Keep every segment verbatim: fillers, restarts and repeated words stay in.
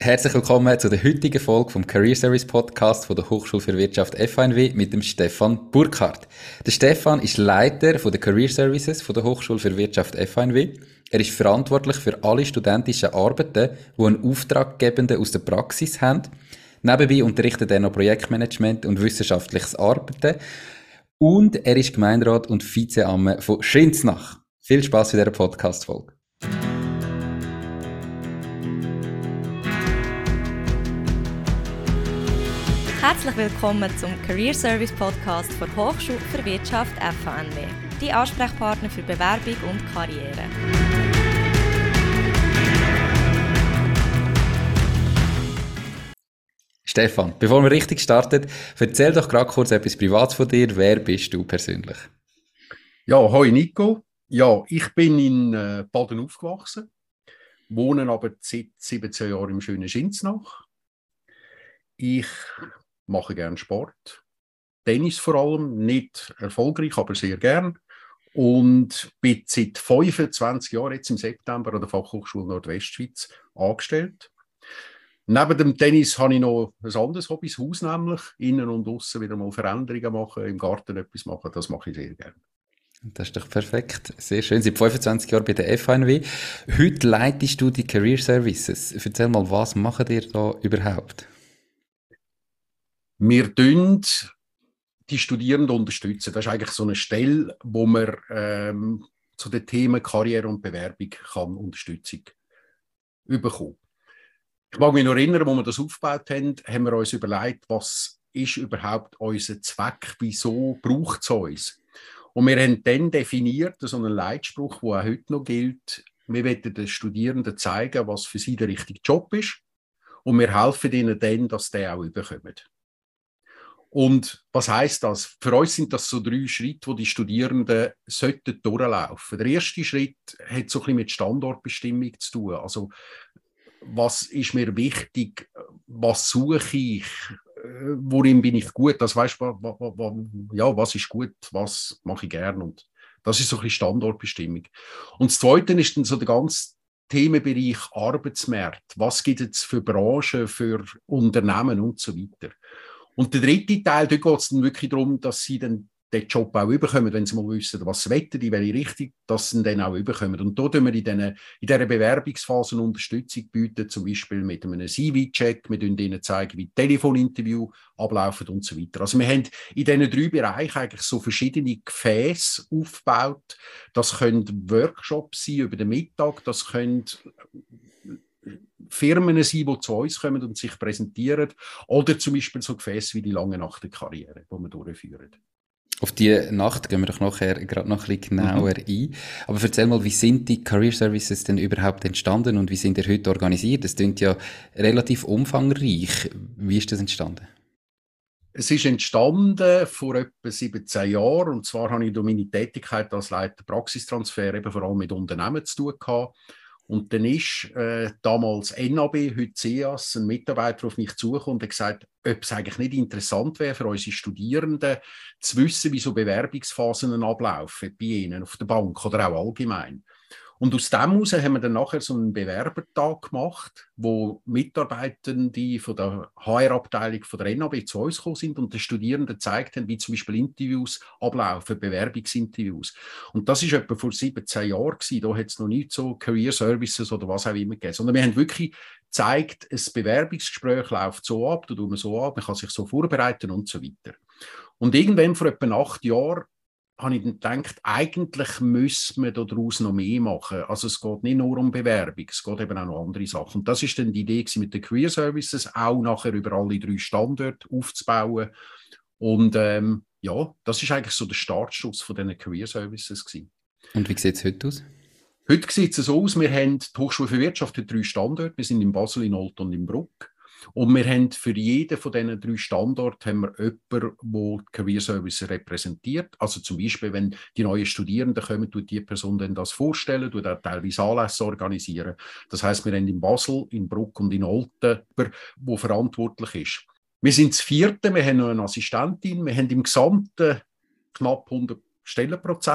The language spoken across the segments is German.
Herzlich willkommen zu der heutigen Folge vom Career Service Podcast von der Hochschule für Wirtschaft F H N W mit dem Stefan Burkhardt. Der Stefan ist Leiter von der Career Services von der Hochschule für Wirtschaft F H N W. Er ist verantwortlich für alle studentischen Arbeiten, die einen Auftraggebenden aus der Praxis haben. Nebenbei unterrichtet er noch Projektmanagement und wissenschaftliches Arbeiten. Und er ist Gemeinderat und Vizeamme von Schrinznach. Viel Spass bei dieser Podcast-Folge. Herzlich willkommen zum Career Service Podcast der Hochschule für Wirtschaft F H N W, die Ansprechpartner für Bewerbung und Karriere. Stefan, bevor wir richtig starten, erzähl doch gerade kurz etwas Privates von dir. Wer bist du persönlich? Ja, hoi Nico. Ja, ich bin in äh, Baden aufgewachsen, wohne aber seit siebzehn Jahren im schönen Schrinznach. Ich mache gerne Sport, Tennis vor allem, nicht erfolgreich, aber sehr gern. Und bin seit fünfundzwanzig Jahren, jetzt im September, an der Fachhochschule Nordwestschweiz angestellt. Neben dem Tennis habe ich noch ein anderes Hobby, das Haus nämlich, innen und außen wieder mal Veränderungen machen, im Garten etwas machen, das mache ich sehr gerne. Das ist doch perfekt, sehr schön. Seit fünfundzwanzig Jahren bei der F H N W. Heute leitest du die Career Services. Erzähl mal, was machen ihr da überhaupt? Wir tun die Studierenden unterstützen. Das ist eigentlich so eine Stelle, wo man ähm, zu den Themen Karriere und Bewerbung kann Unterstützung bekommen. Ich mag mich noch erinnern, als wir das aufgebaut haben, haben wir uns überlegt, was ist überhaupt unser Zweck, wieso braucht es uns? Und wir haben dann definiert, so einen Leitspruch, der auch heute noch gilt, wir wollen den Studierenden zeigen, was für sie der richtige Job ist, und wir helfen ihnen dann, dass sie den auch bekommen. Und was heisst das? Für uns sind das so drei Schritte, die die Studierenden sollten durchlaufen. Der erste Schritt hat so ein bisschen mit Standortbestimmung zu tun. Also, was ist mir wichtig? Was suche ich? Worin bin ich gut? Das weißt, ja, was ist gut? Was mache ich gern? Und das ist so ein bisschen Standortbestimmung. Und das Zweite ist dann so der ganze Themenbereich Arbeitsmarkt. Was gibt es für Branchen, für Unternehmen und so weiter? Und der dritte Teil, da geht es dann wirklich darum, dass sie dann den Job auch bekommen, wenn sie mal wissen, was sie wollen, in welche Richtung, dass sie ihn dann auch bekommen. Und da tun wir in, den, in dieser Bewerbungsphase eine Unterstützung bieten, zum Beispiel mit einem C V-Check, wir zeigen ihnen zeigen, wie Telefoninterview ablaufen und so weiter. Also wir haben in diesen drei Bereichen eigentlich so verschiedene Gefäße aufgebaut. Das können Workshops sein über den Mittag, das können Firmen sein, die zu uns kommen und sich präsentieren, oder zum Beispiel so Gefäße wie die lange Nacht der Karriere, die wir durchführen. Auf die Nacht gehen wir doch nachher gerade noch ein bisschen genauer mhm. ein. Aber erzähl mal, wie sind die Career Services denn überhaupt entstanden und wie sind ihr heute organisiert? Das klingt ja relativ umfangreich. Wie ist das entstanden? Es ist entstanden vor etwa siebzehn Jahren, und zwar habe ich durch meine Tätigkeit als Leiter Praxistransfer eben vor allem mit Unternehmen zu tun gehabt. Und dann ist äh, damals N A B, heute C E A S, ein Mitarbeiter auf mich zugekommen und hat gesagt, ob es eigentlich nicht interessant wäre für unsere Studierenden, zu wissen, wie so Bewerbungsphasen ablaufen, bei ihnen auf der Bank oder auch allgemein. Und aus dem heraus haben wir dann nachher so einen Bewerbertag gemacht, wo Mitarbeitende von der H R-Abteilung von der N A B zu uns gekommen sind und den Studierenden gezeigt haben, wie zum Beispiel Interviews ablaufen, Bewerbungsinterviews. Und das war etwa vor siebzehn Jahren. Da hat es noch nicht so Career Services oder was auch immer gegeben, sondern wir haben wirklich gezeigt, ein Bewerbungsgespräch läuft so ab, da tut man so ab, man kann sich so vorbereiten und so weiter. Und irgendwann vor etwa acht Jahren habe ich dann gedacht, eigentlich müssen wir daraus noch mehr machen. Also es geht nicht nur um Bewerbung, es geht eben auch noch andere Sachen. Und das ist dann die Idee mit den Career Services, auch nachher über alle drei Standorte aufzubauen. Und ähm, ja, das ist eigentlich so der Startschuss von diesen Career Services gewesen. Und wie sieht es heute aus? Heute sieht es so aus, wir haben die Hochschule für Wirtschaft hat drei Standorte. Wir sind in Basel, in Olten und in Bruck. Und wir haben für jeden von diesen drei Standorten haben wir jemanden, der die Career Services repräsentiert. Also zum Beispiel, wenn die neuen Studierenden kommen, tut die Person dann das vorstellen, tut auch teilweise Anlässe organisieren. Das heisst, wir haben in Basel, in Bruck und in Olten jemanden, der verantwortlich ist. Wir sind das Vierte, wir haben noch eine Assistentin, wir haben im Gesamten knapp hundert Stellenprozent.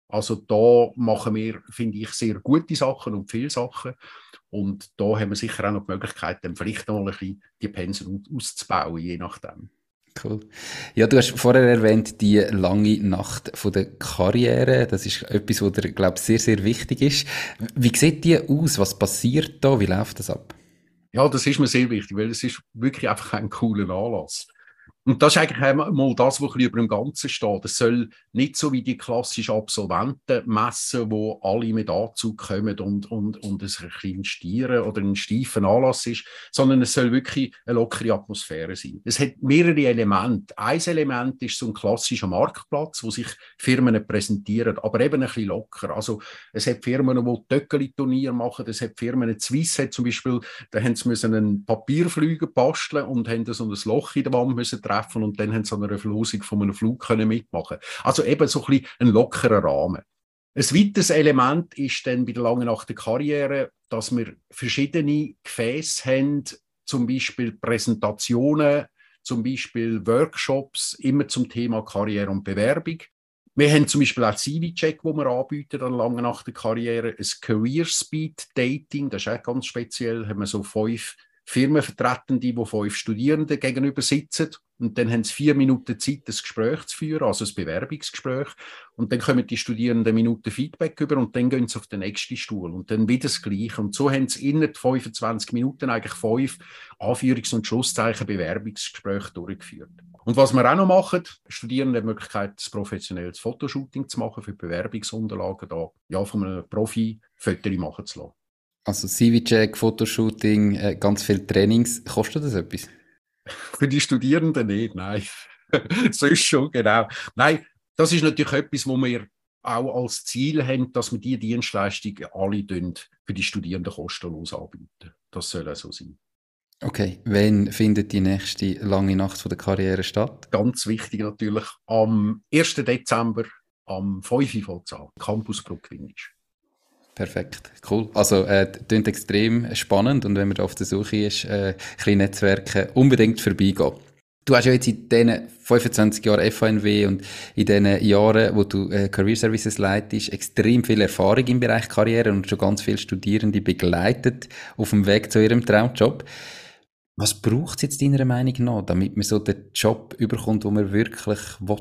Also da machen wir, finde ich, sehr gute Sachen und viele Sachen. Und da haben wir sicher auch noch die Möglichkeit, dann vielleicht noch mal ein bisschen die Pensen auszubauen, je nachdem. Cool. Ja, du hast vorher erwähnt, die lange Nacht von der Karriere. Das ist etwas, was dir, glaube ich, sehr, sehr wichtig ist. Wie sieht die aus? Was passiert da? Wie läuft das ab? Ja, das ist mir sehr wichtig, weil es ist wirklich einfach ein cooler Anlass. Und das ist eigentlich einmal das, was über dem Ganzen steht. Es soll nicht so wie die klassischen Absolventen messen, wo alle mit Anzug kommen und, und, und es ein bisschen stieren oder ein steifen Anlass ist, sondern es soll wirklich eine lockere Atmosphäre sein. Es hat mehrere Elemente. Ein Element ist so ein klassischer Marktplatz, wo sich Firmen präsentieren, aber eben ein bisschen locker. Also es hat Firmen, die Töckeli-Turnier machen, es hat Firmen, Swiss hat zum Beispiel, da haben sie müssen einen Papierflüger basteln und haben so ein Loch in der Wand müssen treffen und dann haben sie an einer Verlosung von einem Flug können mitmachen. Also eben so ein bisschen ein lockerer Rahmen. Ein weiteres Element ist dann bei der langen Nacht der Karriere, dass wir verschiedene Gefäße haben, zum Beispiel Präsentationen, zum Beispiel Workshops, immer zum Thema Karriere und Bewerbung. Wir haben zum Beispiel auch C V-Check, wo wir anbieten an lange Nacht der Karriere, ein Career Speed Dating, das ist auch ganz speziell, da haben wir so fünf Firmenvertretende, die fünf Studierenden gegenüber sitzen und dann haben sie vier Minuten Zeit, das Gespräch zu führen, also ein Bewerbungsgespräch und dann kommen die Studierenden Minuten Feedback über und dann gehen sie auf den nächsten Stuhl und dann wieder das Gleiche und so haben sie innerhalb fünfundzwanzig Minuten eigentlich fünf Anführungs- und Schlusszeichen Bewerbungsgespräche durchgeführt. Und was wir auch noch machen, Studierende haben die Möglichkeit, ein professionelles Fotoshooting zu machen für Bewerbungsunterlagen, da ja von einem Profi Fotos machen zu lassen. Also C V-Check, Fotoshooting, äh, ganz viele Trainings. Kostet das etwas? Für die Studierenden nicht, nein. Sonst schon, genau. Nein, das ist natürlich etwas, wo wir auch als Ziel haben, dass wir diese Dienstleistungen alle für die Studierenden kostenlos anbieten. Das soll auch so sein. Okay, wann findet die nächste lange Nacht von der Karriere statt? Ganz wichtig natürlich, am ersten Dezember, am fünf Uhr an, Campus Bruckwindisch. Perfekt, cool. Also, äh, klingt extrem spannend und wenn man da auf der Suche ist, äh, ein bisschen Netzwerken, unbedingt vorbeigehen. Du hast ja jetzt in diesen fünfundzwanzig Jahren F A N W und in diesen Jahren, wo du äh, Career Services leitest, extrem viel Erfahrung im Bereich Karriere und schon ganz viele Studierende begleitet auf dem Weg zu ihrem Traumjob. Was braucht es jetzt deiner Meinung nach, damit man so den Job überkommt, den man wirklich will?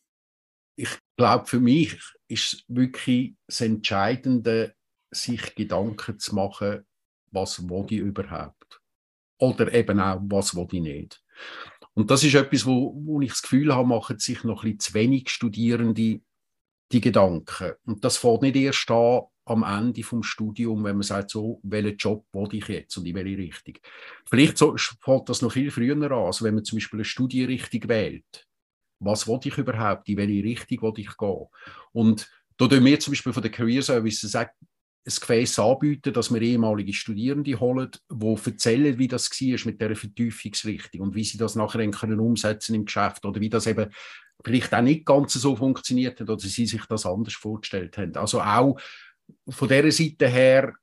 Ich glaube, für mich ist wirklich das Entscheidende, sich Gedanken zu machen, was will ich überhaupt? Oder eben auch, was will ich nicht? Und das ist etwas, wo, wo ich das Gefühl habe, machen sich noch ein bisschen zu wenig Studierende die Gedanken. Und das fängt nicht erst an am Ende vom Studium, wenn man sagt, so, welchen Job will ich jetzt und in welche Richtung. Vielleicht so, fängt das noch viel früher an, also wenn man zum Beispiel eine Studienrichtung wählt. Was will ich überhaupt? In welche Richtung will ich gehen? Und da tun wir zum Beispiel von der Career Services ein Gefäß anbieten, dass wir ehemalige Studierende holen, die erzählen, wie das war mit dieser Vertiefungsrichtung und wie sie das nachher können umsetzen im Geschäft oder wie das eben vielleicht auch nicht ganz so funktioniert hat oder sie sich das anders vorgestellt haben. Also auch von dieser Seite her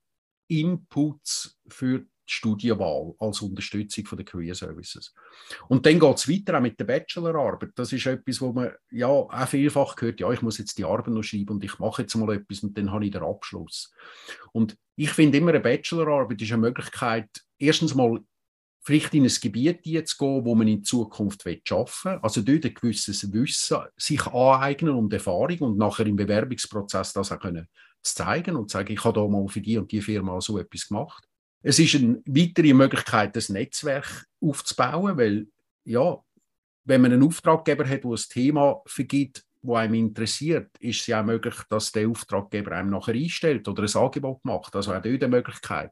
Inputs für die Studienwahl als Unterstützung von den Career Services. Und dann geht es weiter auch mit der Bachelorarbeit. Das ist etwas, wo man ja auch vielfach hört, ja, ich muss jetzt die Arbeit noch schreiben und ich mache jetzt mal etwas und dann habe ich den Abschluss. Und ich finde immer, eine Bachelorarbeit ist eine Möglichkeit, erstens mal vielleicht in ein Gebiet zu gehen, wo man in Zukunft arbeiten will. Also dort ein gewisses Wissen sich aneignen und Erfahrung und nachher im Bewerbungsprozess das auch können zeigen und sagen, ich habe da mal für die und die Firma so etwas gemacht. Es ist eine weitere Möglichkeit, das Netzwerk aufzubauen, weil ja, wenn man einen Auftraggeber hat, der ein Thema vergibt, das einem interessiert, ist es ja auch möglich, dass der Auftraggeber einem nachher einstellt oder ein Angebot macht. Also auch dort eine Möglichkeit.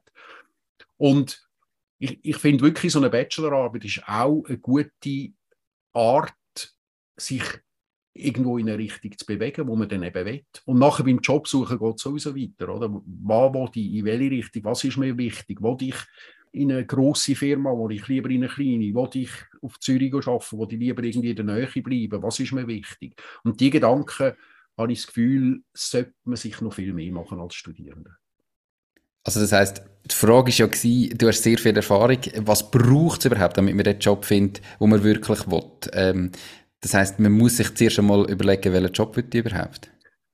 Und ich, ich finde wirklich, so eine Bachelorarbeit ist auch eine gute Art, sich irgendwo in eine Richtung zu bewegen, wo man dann eben will. Und nachher beim Job suchen geht es sowieso weiter. Oder? Was will ich, in welche Richtung, was ist mir wichtig? Will ich in eine grosse Firma, will ich lieber in eine kleine? Will ich auf Zürich arbeiten? Will ich lieber irgendwie in der Nähe bleiben? Was ist mir wichtig? Und diese Gedanken, habe ich das Gefühl, sollte man sich noch viel mehr machen als Studierende. Also das heisst, die Frage war ja, du hast sehr viel Erfahrung. Was braucht es überhaupt, damit man den Job findet, den man wirklich will? Ähm, Das heisst, man muss sich zuerst einmal überlegen, welchen Job will ich überhaupt?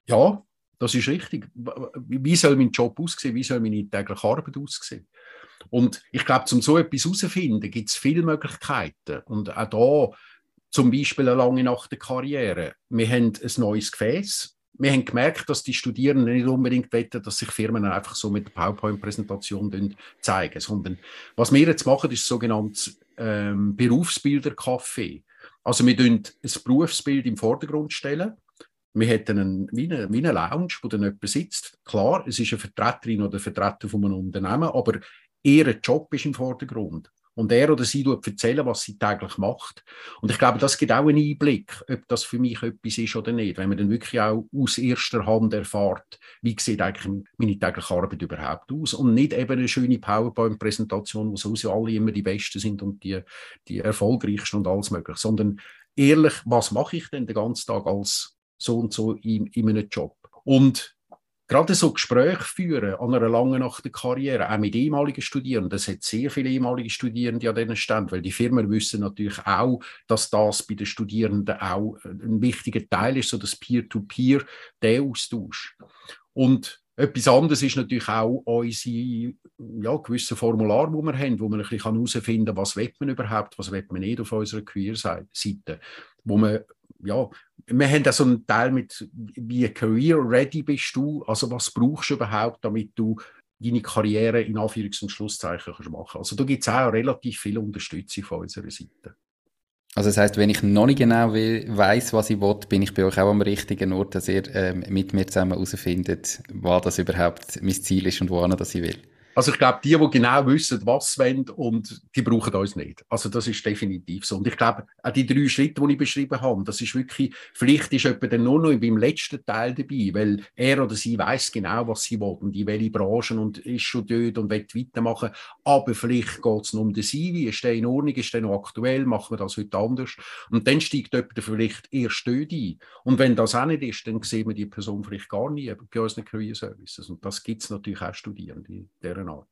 Ja, das ist richtig. Wie soll mein Job aussehen? Wie soll meine tägliche Arbeit aussehen? Und ich glaube, um so etwas herauszufinden, gibt es viele Möglichkeiten. Und auch da zum Beispiel eine lange Nacht der Karriere. Wir haben ein neues Gefäß. Wir haben gemerkt, dass die Studierenden nicht unbedingt wollen, dass sich Firmen einfach so mit der PowerPoint-Präsentation zeigen, sondern was wir jetzt machen, ist sogenanntes ähm, Berufsbilder-Café. Also wir stellen ein Berufsbild im Vordergrund stellen. Wir hätten einen, wie, eine, wie eine Lounge, wo dann jemand sitzt. Klar, es ist eine Vertreterin oder ein Vertreter von einem Unternehmen, aber ihr Job ist im Vordergrund. Und er oder sie tut erzählen, was sie täglich macht. Und ich glaube, das gibt auch einen Einblick, ob das für mich etwas ist oder nicht. Wenn man dann wirklich auch aus erster Hand erfährt, wie sieht eigentlich meine tägliche Arbeit überhaupt aus. Und nicht eben eine schöne PowerPoint-Präsentation, wo sowieso alle immer die Besten sind und die, die erfolgreichsten und alles Mögliche. Sondern ehrlich, was mache ich denn den ganzen Tag als so und so in, in einem Job? Und gerade so Gespräche führen an einer langen Nacht der Karriere, auch mit ehemaligen Studierenden. Es hat sehr viele ehemalige Studierende an diesen Ständen, weil die Firmen wissen natürlich auch, dass das bei den Studierenden auch ein wichtiger Teil ist, so das Peer-to-Peer, der Austausch. Und etwas anderes ist natürlich auch unsere ja, gewisse Formulare, die wir haben, wo man ein bisschen herausfinden kann, was will man überhaupt, was will man nicht auf unserer Queer-Seite. Wo man, ja, wir haben auch so einen Teil mit, wie Career Ready bist du, also was brauchst du überhaupt, damit du deine Karriere in Anführungs- und Schlusszeichen kannst machen. Also da gibt es auch relativ viel Unterstützung von unserer Seite. Also das heisst, wenn ich noch nicht genau weiss, was ich will, bin ich bei euch auch am richtigen Ort, dass ihr ähm, mit mir zusammen herausfindet, was das überhaupt mein Ziel ist und wohin das ich will. Also ich glaube, die, die genau wissen, was sie wollen, und die brauchen uns nicht. Also das ist definitiv so. Und ich glaube, auch die drei Schritte, die ich beschrieben habe, das ist wirklich, vielleicht ist jemand dann nur noch beim letzten Teil dabei, weil er oder sie weiß genau, was sie will und in welche Branchen und ist schon dort und will weitermachen. Aber vielleicht geht es nur um den C V, ist der in Ordnung, ist der noch aktuell, machen wir das heute anders. Und dann steigt jemand vielleicht erst dort ein. Und wenn das auch nicht ist, dann sehen wir die Person vielleicht gar nie bei unseren Career Services. Und das gibt es natürlich auch Studierende in dieser Art.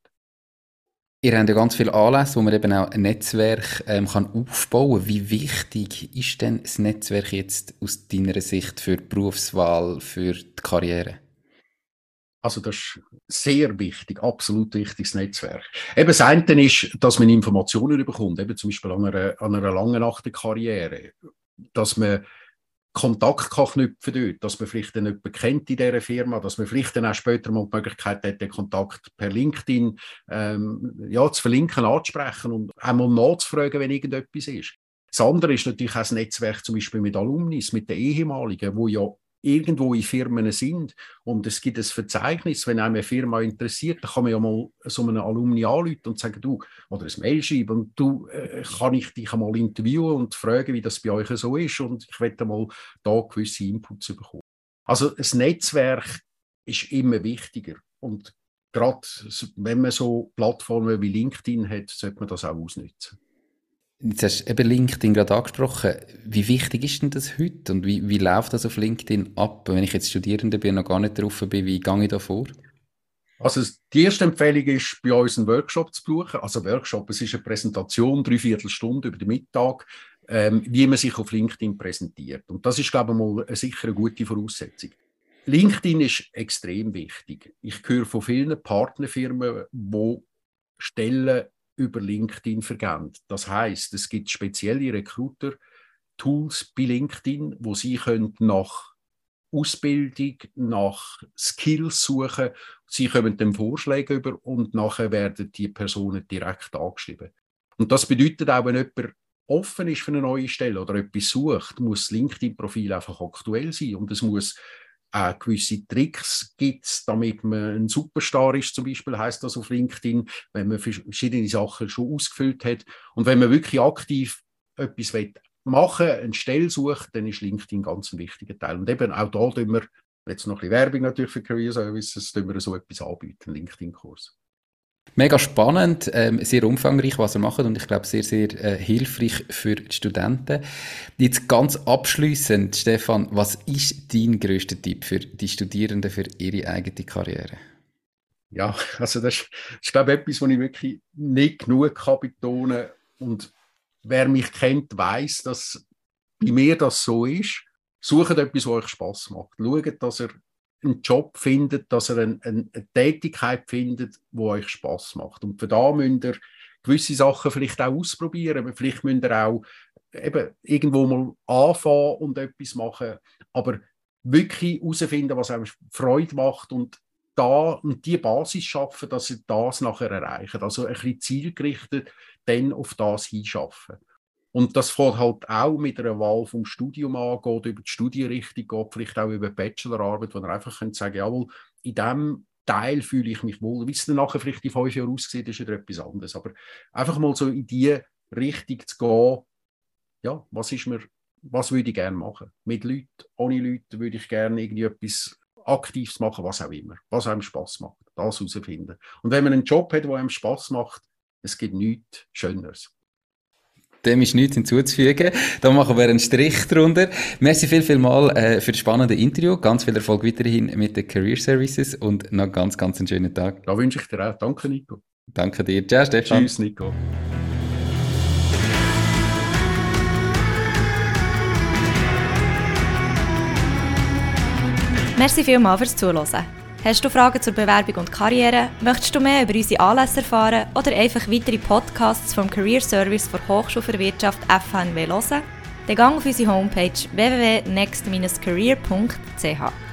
Ihr habt ja ganz viele Anlässe, wo man eben auch ein Netzwerk ähm, kann aufbauen kann. Wie wichtig ist denn das Netzwerk jetzt aus deiner Sicht für die Berufswahl, für die Karriere? Also das ist sehr wichtig, absolut wichtiges Netzwerk. Eben das eine ist, dass man Informationen bekommt, eben zum Beispiel an einer, an einer langen Nacht der Karriere, dass man Kontakt kann knüpfen dort, dass man vielleicht dann jemanden kennt in dieser Firma, dass man vielleicht dann auch später mal die Möglichkeit hat, den Kontakt per LinkedIn ähm, ja, zu verlinken, anzusprechen und einmal nachzufragen, wenn irgendetwas ist. Das andere ist natürlich auch das Netzwerk zum Beispiel mit Alumnis, mit den Ehemaligen, die ja irgendwo in Firmen sind und es gibt ein Verzeichnis, wenn einem eine Firma interessiert, dann kann man ja mal so einen Alumni anrufen und sagen, du, oder ein Mail schreiben und du, äh, kann ich dich einmal interviewen und fragen, wie das bei euch so ist und ich möchte mal da gewisse Inputs bekommen. Also ein Netzwerk ist immer wichtiger und gerade wenn man so Plattformen wie LinkedIn hat, sollte man das auch ausnutzen. Jetzt hast du eben LinkedIn gerade angesprochen. Wie wichtig ist denn das heute und wie, wie läuft das auf LinkedIn ab? Wenn ich jetzt Studierende bin und noch gar nicht drauf bin, wie gehe ich da vor? Also die erste Empfehlung ist, bei uns einen Workshop zu buchen. Also Workshop, es ist eine Präsentation, dreiviertel Stunde über den Mittag, ähm, wie man sich auf LinkedIn präsentiert. Und das ist, glaube ich, mal eine sicher eine gute Voraussetzung. LinkedIn ist extrem wichtig. Ich höre von vielen Partnerfirmen, die Stellen über LinkedIn vergeben. Das heisst, es gibt spezielle Recruiter-Tools bei LinkedIn, wo Sie können nach Ausbildung, nach Skills suchen. Sie kommen dann Vorschläge über und nachher werden die Personen direkt angeschrieben. Und das bedeutet auch, wenn jemand offen ist für eine neue Stelle oder etwas sucht, muss das LinkedIn-Profil einfach aktuell sein und es muss auch gewisse Tricks gibt, damit man ein Superstar ist, zum Beispiel heisst das auf LinkedIn, wenn man verschiedene Sachen schon ausgefüllt hat. Und wenn man wirklich aktiv etwas machen will, eine Stelle sucht, dann ist LinkedIn ganz ein wichtiger Teil. Und eben auch da tun wir, jetzt noch ein bisschen Werbung natürlich für Career Services, tun wir so etwas anbieten, einen LinkedIn-Kurs. Mega spannend, ähm, sehr umfangreich, was ihr macht und ich glaube sehr, sehr äh, hilfreich für die Studenten. Jetzt ganz abschliessend, Stefan, was ist dein grösster Tipp für die Studierenden für ihre eigene Karriere? Ja, also das ist, das ist glaube ich, etwas, was ich wirklich nicht genug kann betonen kann. Und wer mich kennt, weiss, dass bei mir das so ist. Sucht etwas, was euch Spass macht. Schaut, dass ihr einen Job findet, dass ihr eine, eine, eine Tätigkeit findet, die euch Spass macht. Und für da müsst ihr gewisse Sachen vielleicht auch ausprobieren. Vielleicht müsst ihr auch eben irgendwo mal anfangen und etwas machen. Aber wirklich herausfinden, was einem Freude macht und da und die Basis schaffen, dass sie das nachher erreichen. Also ein bisschen zielgerichtet dann auf das hinschaffen. Und das fängt halt auch mit einer Wahl vom Studium an, geht über die Studienrichtung, geht vielleicht auch über die Bachelorarbeit, wo ihr einfach könnt sagen, jawohl, in diesem Teil fühle ich mich wohl. Wie es dann nachher vielleicht in fünf Jahren aussieht, ist wieder etwas anderes. Aber einfach mal so in die Richtung zu gehen, ja, was ist mir, was würde ich gerne machen? Mit Leuten, ohne Leute würde ich gerne irgendwie etwas Aktives machen, was auch immer, was einem Spass macht, das herausfinden. Und wenn man einen Job hat, der einem Spass macht, es gibt nichts Schöneres. Dem ist nichts hinzuzufügen. Da machen wir einen Strich drunter. Merci viel, viel mal äh, für das spannende Interview. Ganz viel Erfolg weiterhin mit den Career Services und noch ganz, ganz einen schönen Tag. Da wünsche ich dir auch. Danke, Nico. Danke dir. Ciao, Stefan. Tschüss, Nico. Merci vielmals fürs Zuhören. Hast du Fragen zur Bewerbung und Karriere? Möchtest du mehr über unsere Anlässe erfahren oder einfach weitere Podcasts vom Career Service der Hochschule für Wirtschaft F H N W hören? Dann geh auf unsere Homepage w w w punkt next dash career punkt c h.